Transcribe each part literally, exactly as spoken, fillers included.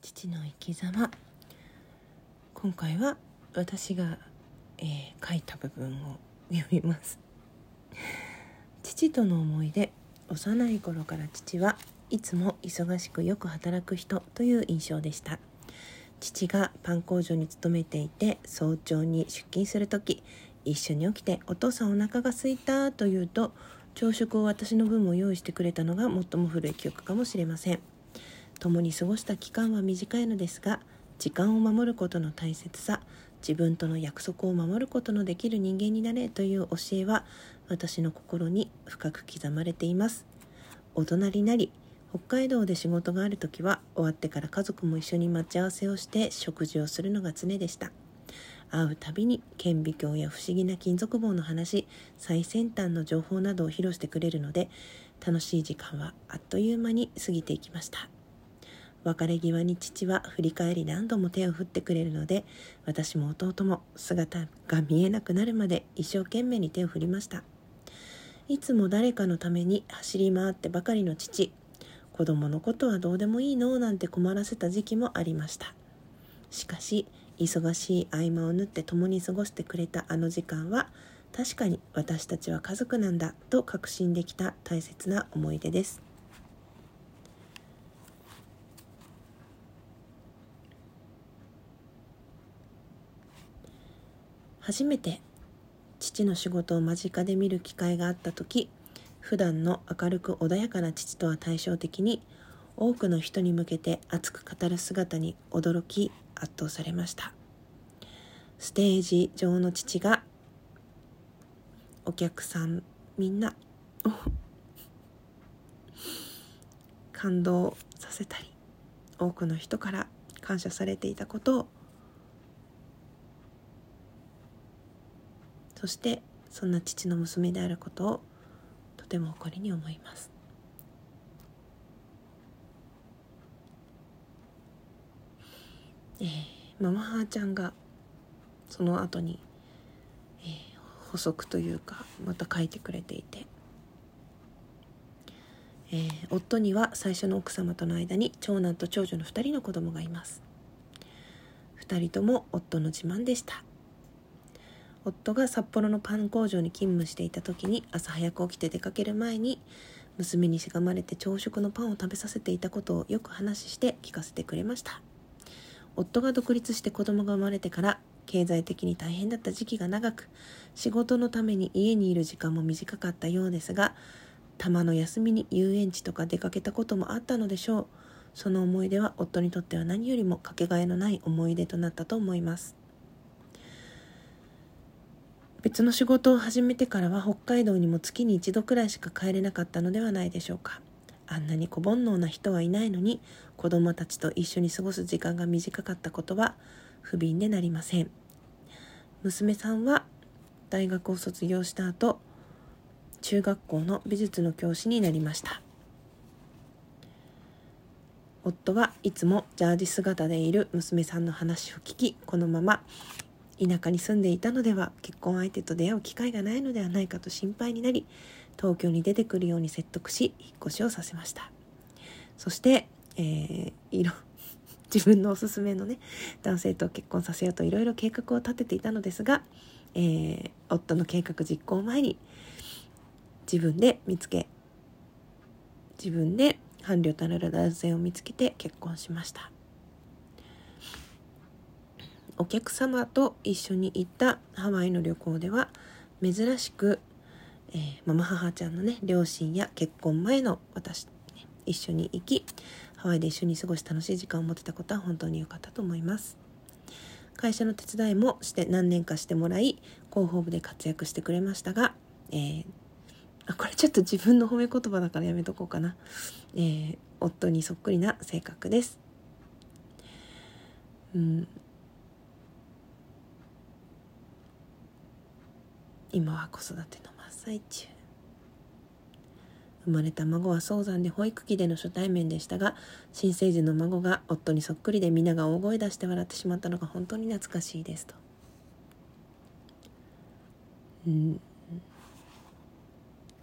父の生き様。今回は私が、えー、書いた部分を読みます。父との思い出。幼い頃から父はいつも忙しくよく働く人という印象でした。父がパン工場に勤めていて、早朝に出勤するとき、一緒に起きてお父さんお腹が空いたと言うと、朝食を私の分も用意してくれたのが最も古い記憶かもしれません。共に過ごした期間は短いのですが、時間を守ることの大切さ、自分との約束を守ることのできる人間になれという教えは、私の心に深く刻まれています。大人になり、北海道で仕事があるときは、終わってから家族も一緒に待ち合わせをして食事をするのが常でした。会うたびに顕微鏡や不思議な金属棒の話、最先端の情報などを披露してくれるので、楽しい時間はあっという間に過ぎていきました。別れ際に父は振り返り何度も手を振ってくれるので、私も弟も姿が見えなくなるまで一生懸命に手を振りました。いつも誰かのために走り回ってばかりの父、子供のことはどうでもいいのなんて困らせた時期もありました。しかし、忙しい合間を縫って共に過ごしてくれたあの時間は、確かに私たちは家族なんだと確信できた大切な思い出です。初めて父の仕事を間近で見る機会があったとき、普段の明るく穏やかな父とは対照的に、多くの人に向けて熱く語る姿に驚き、圧倒されました。ステージ上の父が、お客さんみんなを感動させたり、多くの人から感謝されていたことを、そしてそんな父の娘であることをとても誇りに思います。えー、ママ母ちゃんがその後に、えー、補足というかまた書いてくれていて、えー、夫には最初の奥様との間に長男と長女のふたりの子供がいます。ふたりとも夫の自慢でした。夫が札幌のパン工場に勤務していた時に、朝早く起きて出かける前に娘にしがまれて朝食のパンを食べさせていたことをよく話して聞かせてくれました。夫が独立して子供が生まれてから経済的に大変だった時期が長く、仕事のために家にいる時間も短かったようですが、たまの休みに遊園地とか出かけたこともあったのでしょう。その思い出は夫にとっては何よりもかけがえのない思い出となったと思います。別の仕事を始めてからは北海道にも月に一度くらいしか帰れなかったのではないでしょうか。あんなに小煩悩な人はいないのに、子供たちと一緒に過ごす時間が短かったことは不憫でなりません。娘さんは大学を卒業した後、中学校の美術の教師になりました。夫はいつもジャージ姿でいる娘さんの話を聞き、このまま田舎に住んでいたのでは結婚相手と出会う機会がないのではないかと心配になり、東京に出てくるように説得し、引っ越しをさせました。そして、えー、いろ自分のおすすめのね男性と結婚させようといろいろ計画を立てていたのですが、えー、夫の計画実行前に自分で見つけ、自分で伴侶となる男性を見つけて結婚しました。お客様と一緒に行ったハワイの旅行では、珍しく、えー、ママ母ちゃんのね両親や結婚前の私、ね、一緒に行き、ハワイで一緒に過ごし楽しい時間を持てたことは本当に良かったと思います。会社の手伝いもして何年かしてもらい、広報部で活躍してくれましたが、えー、あこれちょっと自分の褒め言葉だからやめとこうかな、えー、夫にそっくりな性格です。うん今は子育ての真っ最中。生まれた孫は早産で保育器での初対面でしたが、新生児の孫が夫にそっくりで皆が大声出して笑ってしまったのが本当に懐かしいですと。うん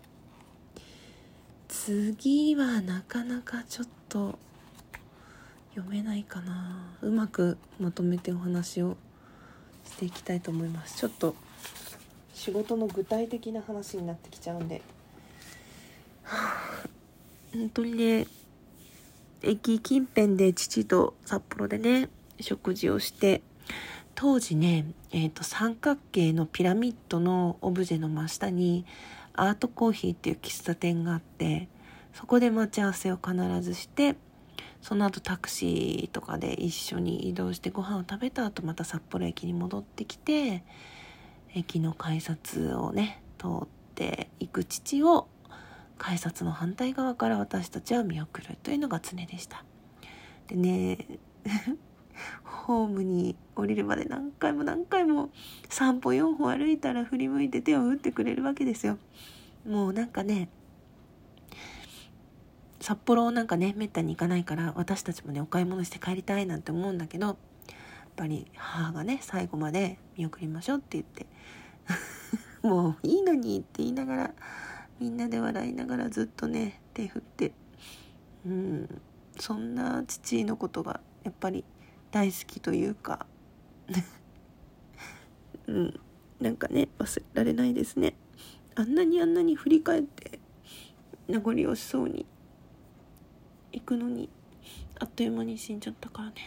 次はなかなかちょっと読めないかな。うまくまとめてお話をしていきたいと思います。ちょっと仕事の具体的な話になってきちゃうんで、はあ、本当にね、駅近辺で父と札幌でね食事をして、当時ね、えーと、三角形のピラミッドのオブジェの真下にアートコーヒーっていう喫茶店があって、そこで待ち合わせを必ずして、その後タクシーとかで一緒に移動してご飯を食べた後また札幌駅に戻ってきて、駅の改札をね通っていく父を改札の反対側から私たちは見送るというのが常でした。でねホームに降りるまで何回も何回もさん歩よん歩歩いたら振り向いて手を打ってくれるわけですよ。もうなんかね、札幌なんかねめったに行かないから私たちもねお買い物して帰りたいなんて思うんだけど、やっぱり母がね最後まで見送りましょうって言ってもういいのにって言いながら、みんなで笑いながらずっとね手振って、うん、そんな父のことがやっぱり大好きというかうん、なんかね忘れられないですね。あんなにあんなに振り返って名残惜しそうに行くのに、あっという間に死んじゃったからね。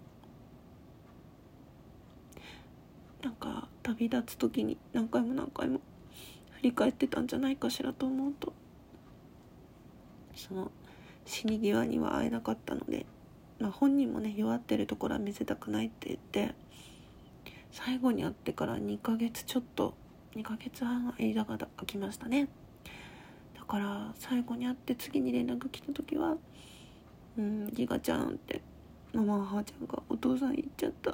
なんか旅立つ時に何回も何回も振り返ってたんじゃないかしらと思うと、その死に際には会えなかったので、まあ、本人もね弱ってるところは見せたくないって言って、最後に会ってからにかげつちょっとにかげつはん間が空きましたね。だから最後に会って次に連絡来た時は、うんギガちゃんってママ母ちゃんがお父さん行っちゃったって、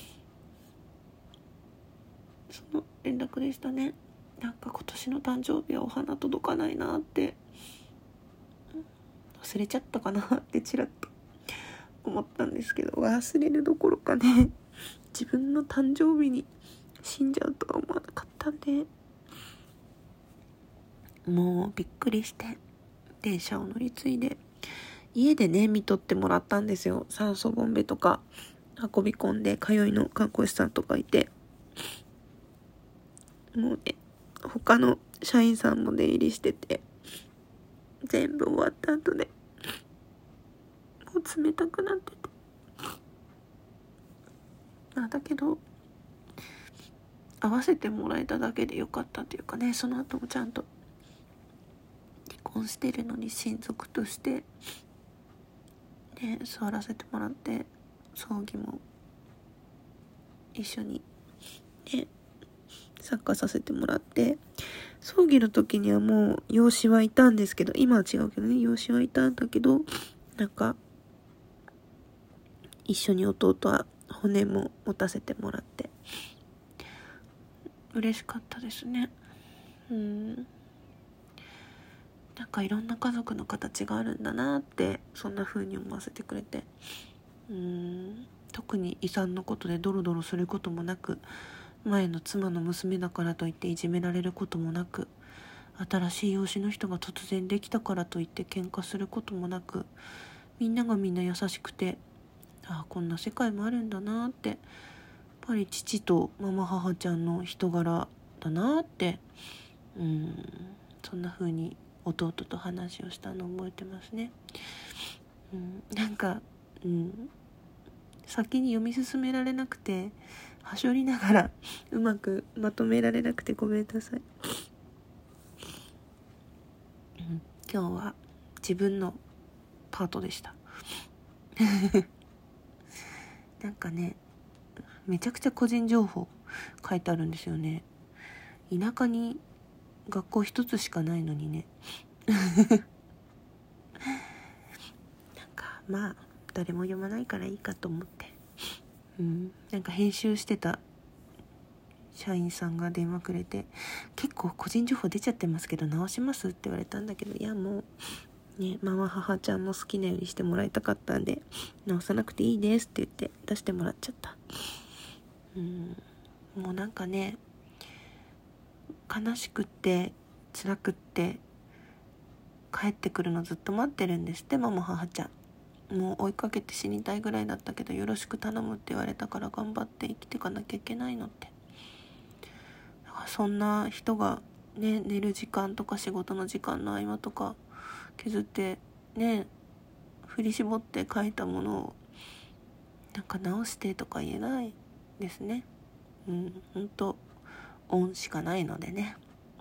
その連絡でしたね。なんか今年の誕生日はお花届かないなって、忘れちゃったかなってちらっと思ったんですけど、忘れるどころかね自分の誕生日に死んじゃうとは思わなかったんで、もうびっくりして電車を乗り継いで家でね見とってもらったんですよ。酸素ボンベとか運び込んで、通いの看護師さんとかいて、もうね他の社員さんも出入りしてて、全部終わった後でもう冷たくなってて、あだけど会わせてもらえただけでよかったというかね、その後もちゃんと離婚してるのに親族としてね座らせてもらって、葬儀も一緒にね参加させてもらって、葬儀の時にはもう養子はいたんですけど、今は違うけどね養子はいたんだけど、なんか一緒に弟は骨も持たせてもらって嬉しかったですね。うん、なんかいろんな家族の形があるんだなって、そんな風に思わせてくれて、うーん特に遺産のことでドロドロすることもなく、前の妻の娘だからといっていじめられることもなく、新しい養子の人が突然できたからといって喧嘩することもなく、みんながみんな優しくて、ああこんな世界もあるんだなって、やっぱり父とママ母ちゃんの人柄だなって、うんそんな風に弟と話をしたのを覚えてますね。うん、なんか、うん、先に読み進められなくてはしょりながらうまくまとめられなくてごめんなさい。うん、今日は自分のパートでしたなんかねめちゃくちゃ個人情報書いてあるんですよね。田舎に学校一つしかないのにねなんかまあ誰も読まないからいいかと思って、うん、なんか編集してた社員さんが電話くれて、結構個人情報出ちゃってますけど直しますって言われたんだけど、いやもうねママ母ちゃんの好きなようにしてもらいたかったんで直さなくていいですって言って出してもらっちゃった。うん、もうなんかね悲しくって辛くって帰ってくるのずっと待ってるんですってママ母ちゃん。 もう追いかけて死にたいぐらいだったけど、よろしく頼むって言われたから頑張って生きていかなきゃいけないのって。だからそんな人がね、寝る時間とか仕事の時間の合間とか削ってね、振り絞って書いたものをなんか直してとか言えないですね。うん、ほんと恩しかないのでね。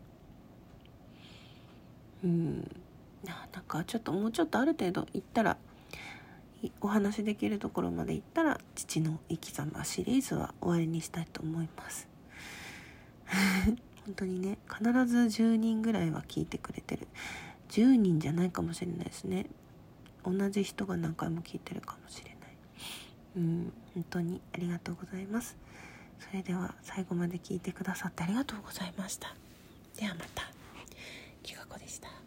うん、なんかちょっともうちょっとある程度行ったら、お話できるところまで行ったら父の生き様シリーズは終わりにしたいと思います本当にね、必ずじゅうにんぐらいは聞いてくれてる。じゅうにんじゃないかもしれないですね。同じ人が何回も聞いてるかもしれない。うん、本当にありがとうございます。それでは最後まで聞いてくださってありがとうございました。ではまた。きかこでした。